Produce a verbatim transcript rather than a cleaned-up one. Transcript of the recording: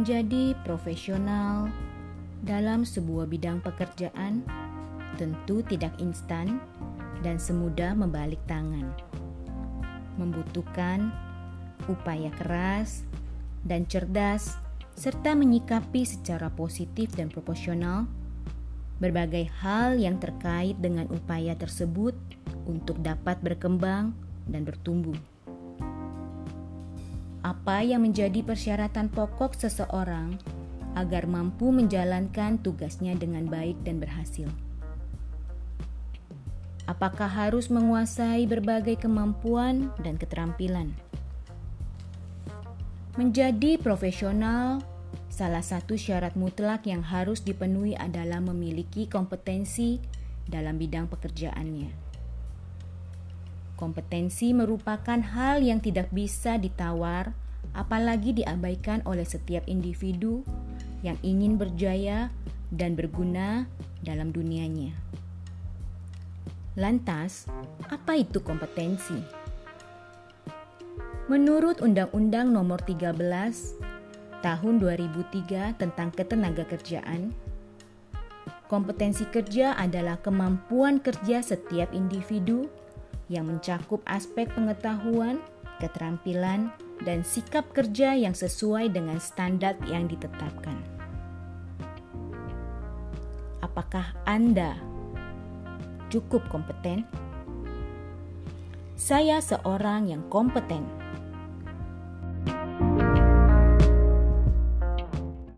Menjadi profesional dalam sebuah bidang pekerjaan tentu tidak instan dan semudah membalik tangan. Membutuhkan upaya keras dan cerdas serta menyikapi secara positif dan proporsional berbagai hal yang terkait dengan upaya tersebut untuk dapat berkembang dan bertumbuh. Apa yang menjadi persyaratan pokok seseorang agar mampu menjalankan tugasnya dengan baik dan berhasil? Apakah harus menguasai berbagai kemampuan dan keterampilan? Menjadi profesional, salah satu syarat mutlak yang harus dipenuhi adalah memiliki kompetensi dalam bidang pekerjaannya. Kompetensi merupakan hal yang tidak bisa ditawar, apalagi diabaikan oleh setiap individu yang ingin berjaya dan berguna dalam dunianya. Lantas, apa itu kompetensi? Menurut Undang-Undang Nomor tiga belas Tahun dua ribu tiga tentang Ketenagakerjaan, kompetensi kerja adalah kemampuan kerja setiap individu yang mencakup aspek pengetahuan, keterampilan, dan sikap kerja yang sesuai dengan standar yang ditetapkan. Apakah Anda cukup kompeten? Saya seorang yang kompeten.